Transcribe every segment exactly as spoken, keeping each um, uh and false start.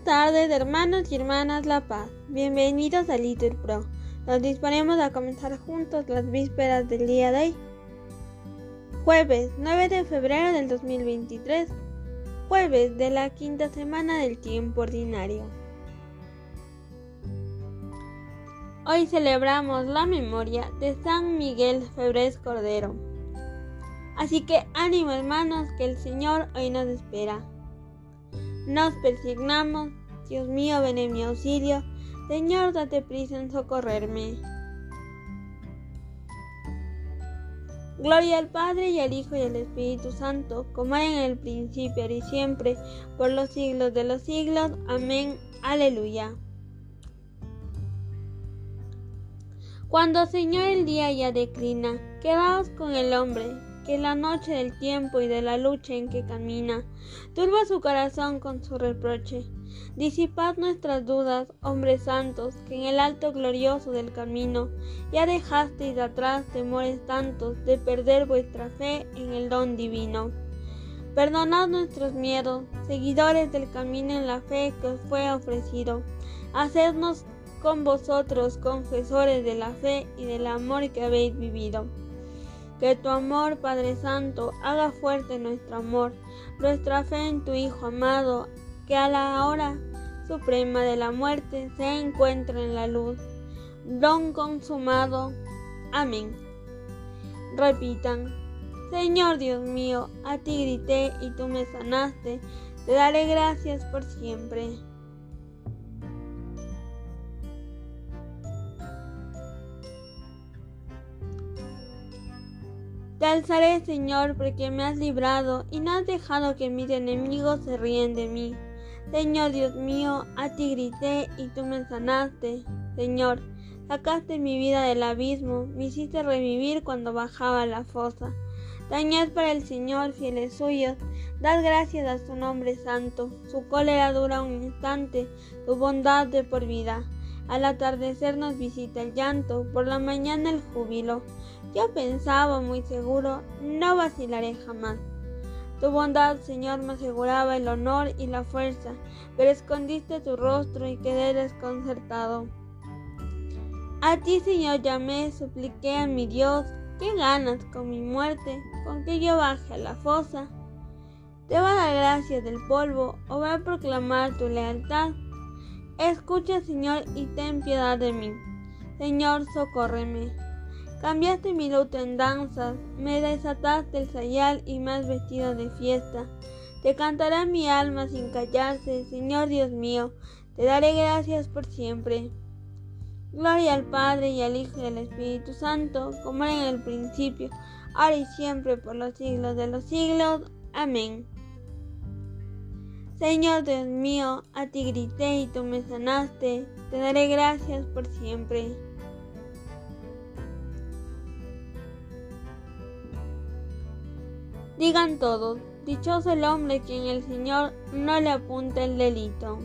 tardes, hermanos y hermanas La Paz. Bienvenidos a Litur Pro. Nos disponemos a comenzar juntos las vísperas del día de hoy. Jueves nueve de febrero del dos mil veintitrés. Jueves de la quinta semana del tiempo ordinario. Hoy celebramos la memoria de San Miguel Febrés Cordero. Así que ánimo, hermanos, que el Señor hoy nos espera. Nos persignamos. Dios mío, ven en mi auxilio. Señor, date prisa en socorrerme. Gloria al Padre, y al Hijo, y al Espíritu Santo, como era en el principio, ahora y siempre, por los siglos de los siglos. Amén. Aleluya. Cuando, Señor, el día ya declina, quedaos con el hombre, que la noche del tiempo y de la lucha en que camina, turba su corazón con su reproche. Disipad nuestras dudas, hombres santos, que en el alto glorioso del camino ya dejasteis atrás temores tantos de perder vuestra fe en el don divino. Perdonad nuestros miedos, seguidores del camino en la fe que os fue ofrecido. Hacednos con vosotros confesores de la fe y del amor que habéis vivido. Que tu amor, Padre Santo, haga fuerte nuestro amor, nuestra fe en tu Hijo amado, que a la hora suprema de la muerte se encuentre en la luz. Don consumado. Amén. Repitan: Señor Dios mío, a ti grité y tú me sanaste, te daré gracias por siempre. Te alzaré, Señor, porque me has librado y no has dejado que mis enemigos se ríen de mí. Señor Dios mío, a ti grité y tú me sanaste. Señor, sacaste mi vida del abismo, me hiciste revivir cuando bajaba a la fosa. Tañed para el Señor, fieles suyos, dad gracias a su nombre santo. Su cólera dura un instante, su bondad de por vida. Al atardecer nos visita el llanto, por la mañana el júbilo. Yo pensaba muy seguro, no vacilaré jamás. Tu bondad, Señor, me aseguraba el honor y la fuerza, pero escondiste tu rostro y quedé desconcertado. A ti, Señor, llamé, supliqué a mi Dios. ¿Qué ganas con mi muerte, con que yo baje a la fosa? ¿Te va a dar gracias del polvo o va a proclamar tu lealtad? Escucha, Señor, y ten piedad de mí. Señor, socórreme. Cambiaste mi luto en danzas, me desataste el sayal y me has vestido de fiesta. Te cantará mi alma sin callarse, Señor Dios mío, te daré gracias por siempre. Gloria al Padre, y al Hijo, y al Espíritu Santo, como era en el principio, ahora y siempre, por los siglos de los siglos. Amén. Señor Dios mío, a ti grité y tú me sanaste, te daré gracias por siempre. Digan todos: dichoso el hombre quien el Señor no le apunta el delito.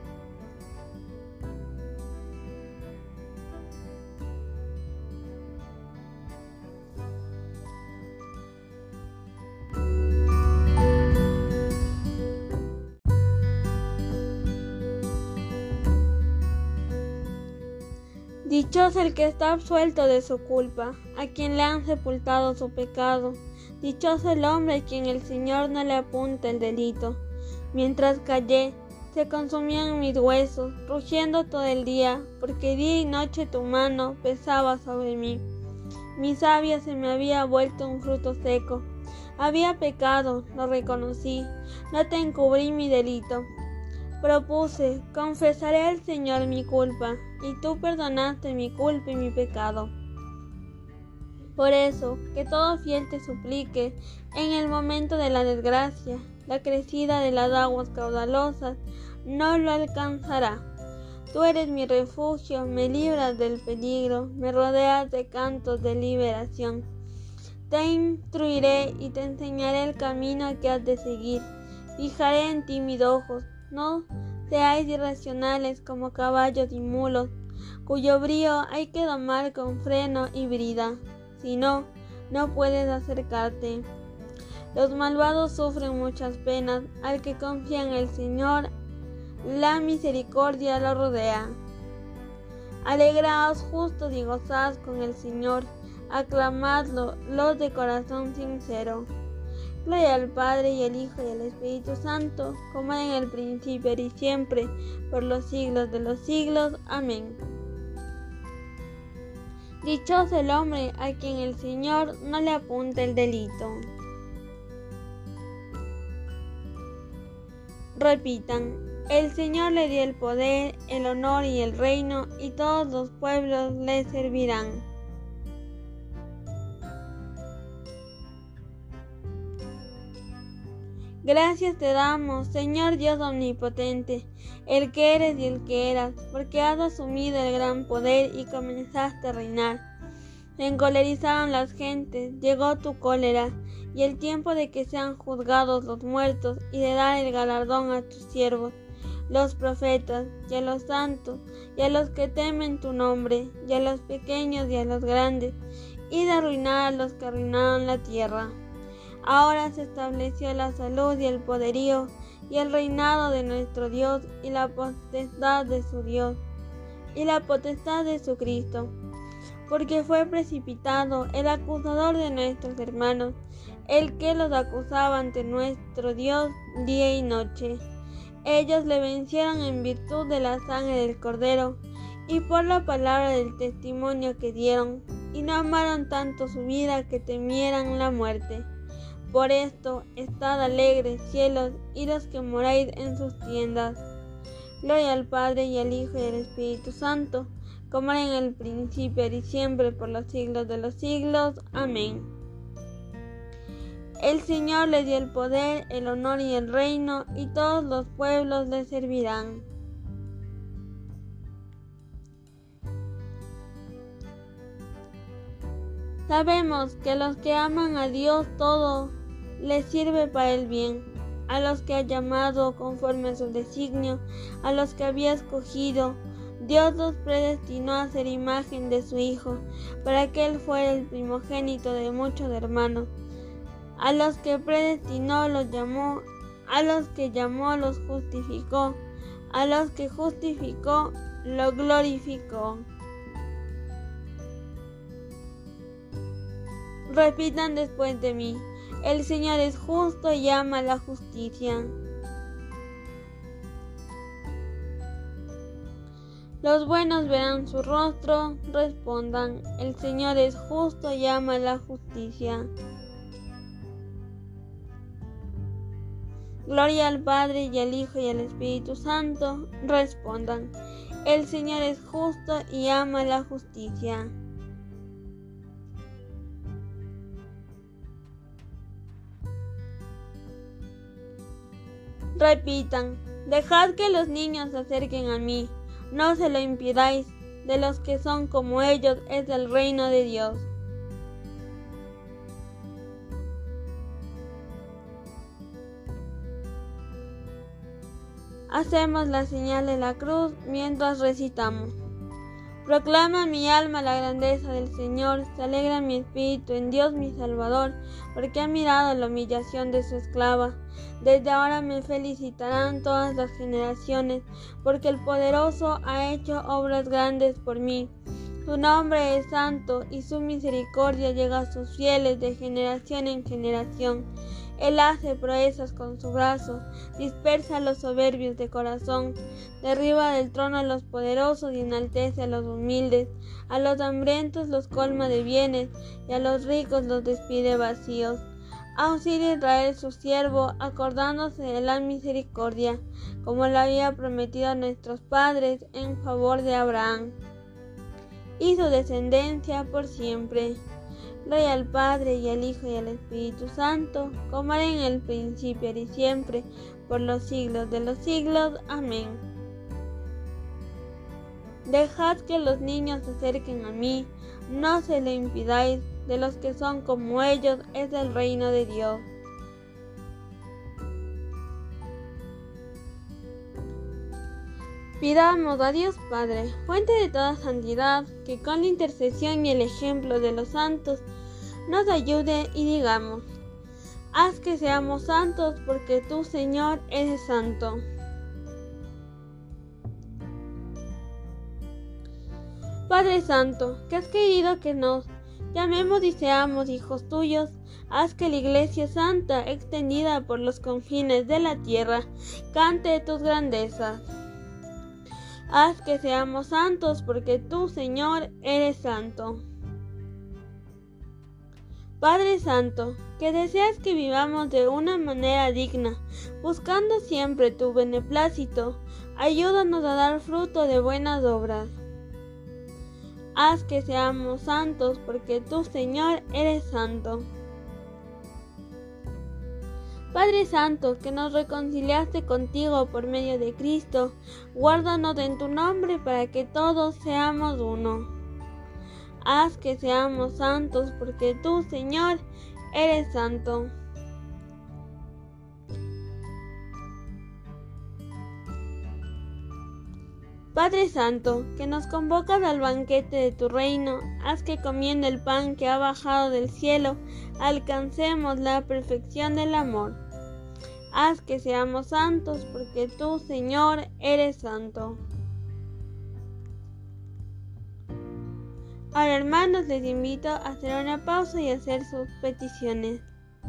Dichoso el que está absuelto de su culpa, a quien le han sepultado su pecado. Dichoso el hombre a quien el Señor no le apunta el delito. Mientras callé, se consumían mis huesos, rugiendo todo el día, porque día y noche tu mano pesaba sobre mí. Mi savia se me había vuelto un fruto seco. Había pecado, lo reconocí, no te encubrí mi delito. Propuse, confesaré al Señor mi culpa, y tú perdonaste mi culpa y mi pecado. Por eso, que todo fiel te suplique, en el momento de la desgracia, la crecida de las aguas caudalosas no lo alcanzará. Tú eres mi refugio, me libras del peligro, me rodeas de cantos de liberación. Te instruiré y te enseñaré el camino que has de seguir. Fijaré en ti mis ojos, no seáis irracionales como caballos y mulos, cuyo brío hay que domar con freno y brida. Si no, no puedes acercarte. Los malvados sufren muchas penas, al que confía en el Señor la misericordia lo rodea. Alegraos justos y gozad con el Señor, aclamadlo los de corazón sincero. Gloria al Padre y al Hijo y al Espíritu Santo, como era en el principio y siempre, por los siglos de los siglos. Amén. Dichoso el hombre a quien el Señor no le apunta el delito. Repitan: el Señor le dio el poder, el honor y el reino, y todos los pueblos le servirán. Gracias te damos, Señor Dios omnipotente, el que eres y el que eras, porque has asumido el gran poder y comenzaste a reinar. Se encolerizaron las gentes, llegó tu cólera, y el tiempo de que sean juzgados los muertos y de dar el galardón a tus siervos, los profetas, y a los santos, y a los que temen tu nombre, y a los pequeños y a los grandes, y de arruinar a los que arruinaron la tierra. Ahora se estableció la salud y el poderío, y el reinado de nuestro Dios, y la potestad de su Dios, y la potestad de su Cristo. Porque fue precipitado el acusador de nuestros hermanos, el que los acusaba ante nuestro Dios día y noche. Ellos le vencieron en virtud de la sangre del Cordero, y por la palabra del testimonio que dieron, y no amaron tanto su vida que temieran la muerte. Por esto, estad alegres, cielos, y los que moráis en sus tiendas. Gloria al Padre, y al Hijo, y al Espíritu Santo, como era en el principio, y siempre, por los siglos de los siglos. Amén. El Señor le dio el poder, el honor y el reino, y todos los pueblos le servirán. Sabemos que a los que aman a Dios todo les sirve para el bien, a los que ha llamado conforme a su designio, a los que había escogido. Dios los predestinó a ser imagen de su Hijo, para que Él fuera el primogénito de muchos hermanos. A los que predestinó los llamó, a los que llamó los justificó, a los que justificó los glorificó. Repitan después de mí: el Señor es justo y ama la justicia. Los buenos verán su rostro. Respondan: el Señor es justo y ama la justicia. Gloria al Padre y al Hijo y al Espíritu Santo. Respondan: el Señor es justo y ama la justicia. Repitan: dejad que los niños se acerquen a mí, no se lo impidáis, de los que son como ellos es el reino de Dios. Hacemos la señal de la cruz mientras recitamos. Proclama mi alma la grandeza del Señor, se alegra mi espíritu en Dios mi Salvador, porque ha mirado la humillación de su esclava. Desde ahora me felicitarán todas las generaciones, porque el Poderoso ha hecho obras grandes por mí. Su nombre es santo, y su misericordia llega a sus fieles de generación en generación. Él hace proezas con su brazo, dispersa a los soberbios de corazón, derriba del trono a los poderosos y enaltece a los humildes. A los hambrientos los colma de bienes, y a los ricos los despide vacíos. Auxilia a Israel su siervo, acordándose de la misericordia, como lo había prometido a nuestros padres en favor de Abraham y su descendencia por siempre. Gloria al Padre, y al Hijo, y al Espíritu Santo, como era en el principio, y siempre, por los siglos de los siglos. Amén. Dejad que los niños se acerquen a mí, no se lo impidáis, de los que son como ellos es el reino de Dios. Pidamos a Dios Padre, fuente de toda santidad, que con la intercesión y el ejemplo de los santos nos ayude y digamos: haz que seamos santos porque tú, Señor, eres santo. Padre Santo, que has querido que nos llamemos y seamos hijos tuyos, haz que la Iglesia Santa, extendida por los confines de la tierra, cante tus grandezas. Haz que seamos santos, porque tú, Señor, eres santo. Padre Santo, que deseas que vivamos de una manera digna, buscando siempre tu beneplácito, ayúdanos a dar fruto de buenas obras. Haz que seamos santos, porque tú, Señor, eres santo. Padre Santo, que nos reconciliaste contigo por medio de Cristo, guárdanos en tu nombre para que todos seamos uno. Haz que seamos santos, porque tú, Señor, eres santo. Padre Santo, que nos convocas al banquete de tu reino, haz que comiendo el pan que ha bajado del cielo, alcancemos la perfección del amor. Haz que seamos santos, porque tú, Señor, eres santo. Ahora, hermanos, les invito a hacer una pausa y hacer sus peticiones.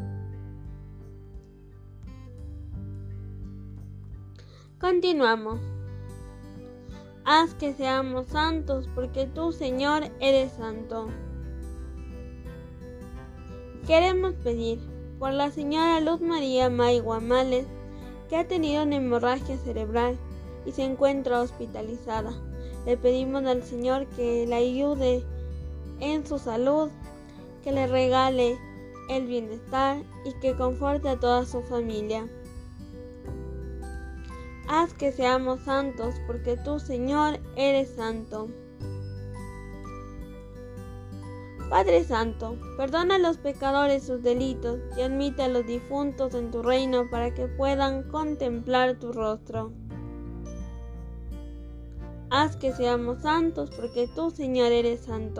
Continuamos. Haz que seamos santos, porque tú, Señor, eres santo. Queremos pedir por la señora Luz María May Guamales, que ha tenido una hemorragia cerebral y se encuentra hospitalizada. Le pedimos al Señor que la ayude en su salud, que le regale el bienestar y que conforte a toda su familia. Haz que seamos santos, porque tú, Señor, eres santo. Padre Santo, perdona a los pecadores sus delitos y admite a los difuntos en tu reino para que puedan contemplar tu rostro. Haz que seamos santos, porque tú, Señor, eres santo.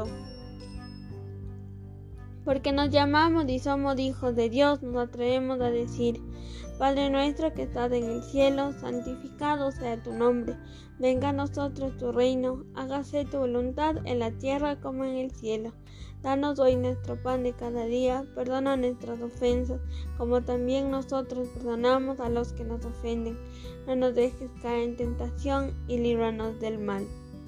Porque nos llamamos y somos hijos de Dios, nos atrevemos a decir: Padre nuestro que estás en el cielo, santificado sea tu nombre. Venga a nosotros tu reino, hágase tu voluntad en la tierra como en el cielo. Danos hoy nuestro pan de cada día, perdona nuestras ofensas, como también nosotros perdonamos a los que nos ofenden. No nos dejes caer en tentación y líbranos del mal.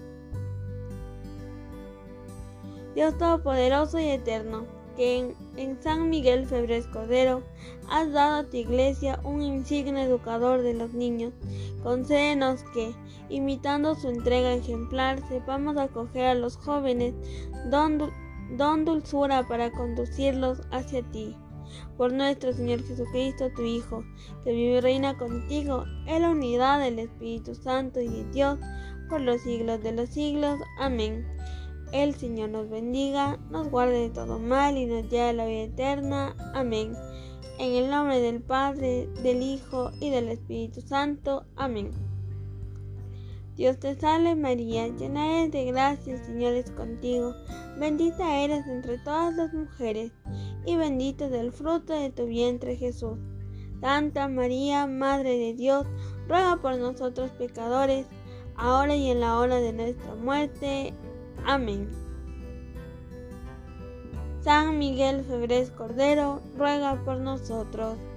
Dios Todopoderoso y Eterno, que en, en San Miguel Febres Cordero has dado a tu iglesia un insigne educador de los niños, concédenos que, imitando su entrega ejemplar, sepamos acoger a los jóvenes, don, don dulzura para conducirlos hacia ti. Por nuestro Señor Jesucristo, tu Hijo, que vive y reina contigo en la unidad del Espíritu Santo y de Dios, por los siglos de los siglos. Amén. El Señor nos bendiga, nos guarde de todo mal y nos lleve a la vida eterna. Amén. En el nombre del Padre, del Hijo y del Espíritu Santo. Amén. Dios te salve María, llena eres de gracia, el Señor es contigo. Bendita eres entre todas las mujeres, y bendito es el fruto de tu vientre Jesús. Santa María, Madre de Dios, ruega por nosotros pecadores, ahora y en la hora de nuestra muerte. Amén. San Miguel Febres Cordero, ruega por nosotros.